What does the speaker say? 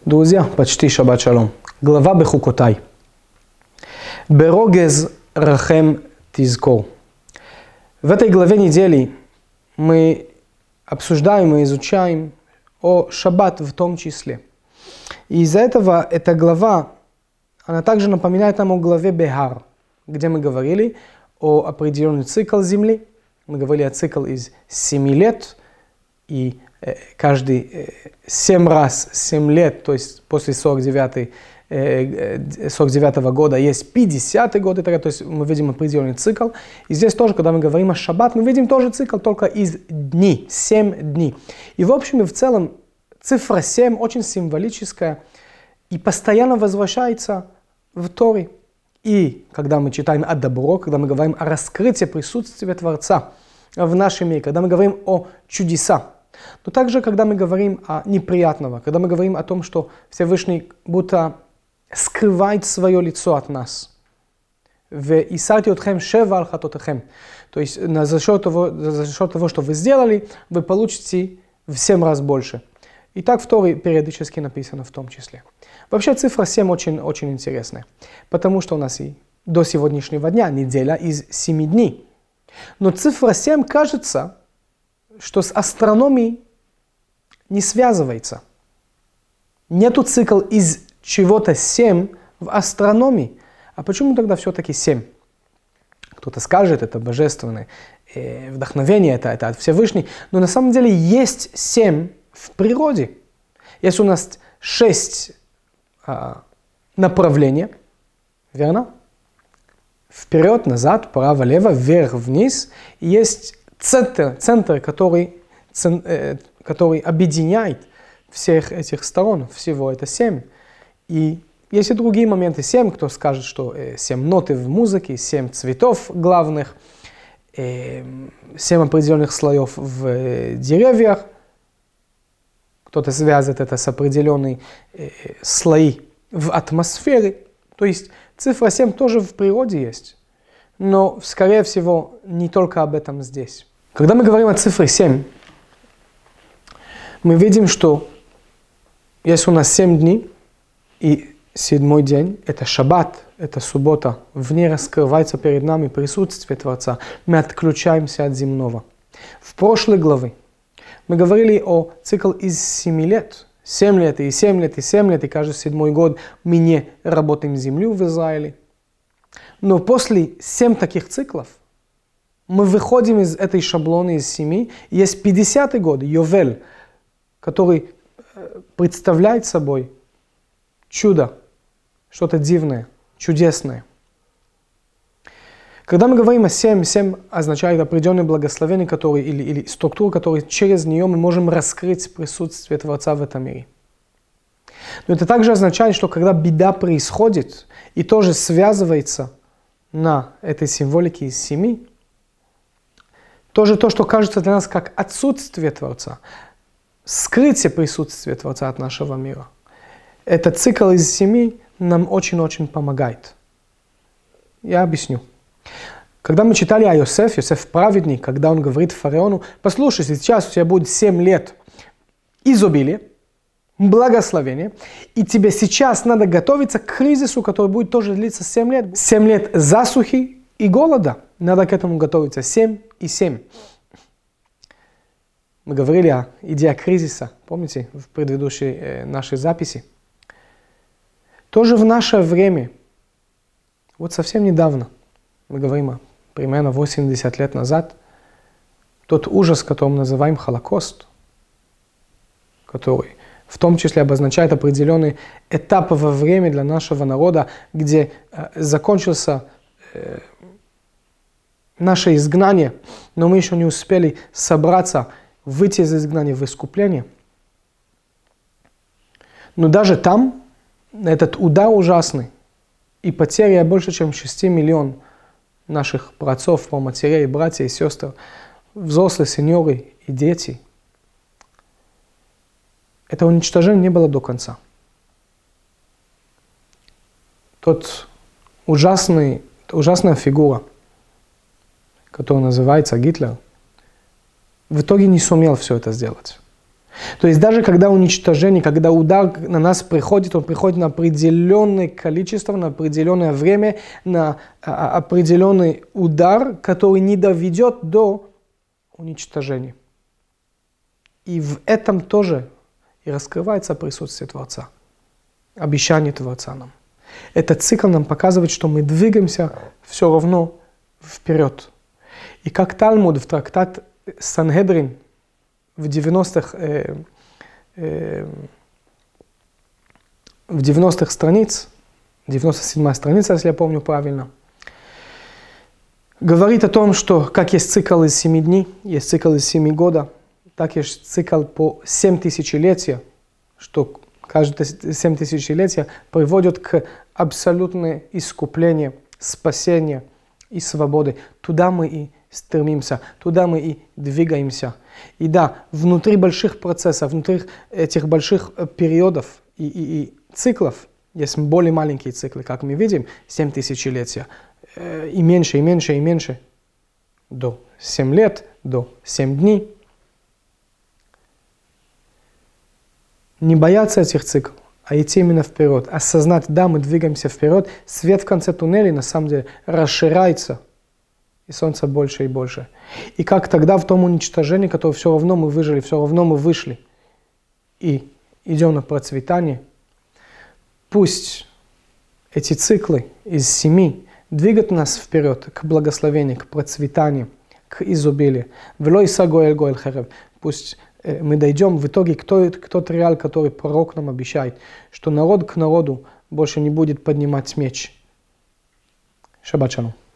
Друзья, почти шаббат шалом. Глава Бехукотай. Берогез рахем тизкор. В этой главе недели мы обсуждаем и изучаем о шаббат в том числе. И из-за этого эта глава, она также напоминает нам о главе Бехар, где мы говорили о определенном цикле Земли. Мы говорили о цикле из 7 лет, и каждый 7 раз 7 лет, то есть после 49-го года есть 50-й год, то есть мы видим определенный цикл. И здесь тоже, когда мы говорим о шаббат, мы видим тоже цикл, только из дней, 7 дней. И в общем и в целом цифра 7 очень символическая и постоянно возвращается в Торе. И когда мы читаем о добро, когда мы говорим о раскрытии присутствия Творца в нашем мире, когда мы говорим о чудесах, но также, когда мы говорим о неприятном, когда мы говорим о том, что Всевышний будто скрывает свое лицо от нас. То есть за счет того, что вы сделали, вы получите в 7 раз больше. И так в Торе периодически написано в том числе. Вообще цифра 7 очень интересная, потому что у нас и до сегодняшнего дня неделя из 7 дней. Но цифра 7 кажется, что с астрономией не связывается. Нету цикл из чего-то 7 в астрономии. А почему тогда все-таки 7? Кто-то скажет, это божественное вдохновение, это от Всевышнего. Но на самом деле есть 7 в природе. Есть у нас 6 направлений, верно? Вперед, назад, вправо, влево, вверх, вниз. И есть центр, который объединяет всех этих сторон, всего это 7. И есть и другие моменты. 7, кто скажет, что 7 ноты в музыке, 7 цветов главных, 7 определенных слоев в деревьях. Кто-то связывает это с определенными слои в атмосфере. То есть цифра 7 тоже в природе есть. Но, скорее всего, не только об этом здесь. Когда мы говорим о цифре 7, мы видим, что есть у нас 7 дней, и 7-й день – это шаббат, это суббота. В ней раскрывается перед нами присутствие Творца. Мы отключаемся от земного. В прошлой главе мы говорили о цикле из 7 лет. 7 лет, и 7 лет, и 7 лет, и каждый 7-й год мы не работаем землю в Израиле. Но после 7 таких циклов мы выходим из этой шаблоны из 7, и есть 50-й год, Йовель, который представляет собой чудо, что-то дивное, чудесное. Когда мы говорим о 7, 7 означает определенное благословение, или структуру, которую через нее мы можем раскрыть присутствие Творца в этом мире. Но это также означает, что когда беда происходит и тоже связывается на этой символике из 7, тоже то, что кажется для нас как отсутствие Творца, скрытие присутствия Творца от нашего мира. Этот цикл из 7 нам очень-очень помогает. Я объясню. Когда мы читали о Йосеф праведник, когда он говорит фараону: послушай, сейчас у тебя будет 7 лет изобилия, благословения, и тебе сейчас надо готовиться к кризису, который будет тоже длиться 7 лет. 7 лет засухи и голода. Надо к этому готовиться. 7 и 7. Мы говорили о идее кризиса, помните, в предыдущей нашей записи. Тоже в наше время, вот совсем недавно, мы говорим о примерно 80 лет назад, тот ужас, который мы называем Холокост, который в том числе обозначает определенный этап во время для нашего народа, где закончился наше изгнание, но мы еще не успели собраться, выйти из изгнания в искупление. Но даже там этот удар ужасный и потеря больше, чем 6 миллионов наших праотцов, праматерей, братьев и сестер, взрослые, сеньоры и дети, это уничтожение не было до конца. Ужасная фигура, которая называется Гитлер, в итоге не сумел все это сделать. То есть даже когда уничтожение, когда удар на нас приходит, он приходит на определенное количество, на определенное время, на определенный удар, который не доведет до уничтожения. И в этом тоже и раскрывается присутствие Творца, обещание Творца нам. Этот цикл нам показывает, что мы двигаемся все равно вперед. И как Талмуд в трактат Сангедрин в 90-х страниц, 97-я страница, если я помню правильно, говорит о том, что как есть цикл из 7 дней, есть цикл из 7 года, так есть цикл по 7 тысячелетия, что каждые 7 тысячелетия приводят к абсолютному искуплению, спасению и свободе. Туда мы и стремимся, туда мы и двигаемся. И да, внутри больших процессов, внутри этих больших периодов и циклов, есть более маленькие циклы, как мы видим, 7 тысячелетия, и меньше, и меньше, и меньше, до 7 лет, до 7 дней. Не бояться этих циклов, а идти именно вперед, осознать, да, мы двигаемся вперед, свет в конце туннеля на самом деле расширяется, и солнце больше и больше. И как тогда в том уничтожении, которое все равно мы выжили, все равно мы вышли, и идем на процветание, пусть эти циклы из 7 двигают нас вперед к благословению, к процветанию, к изобилию. Пусть мы дойдем в итоге к тот реал, который пророк нам обещает, что народ к народу больше не будет поднимать меч. Шаббат шалом.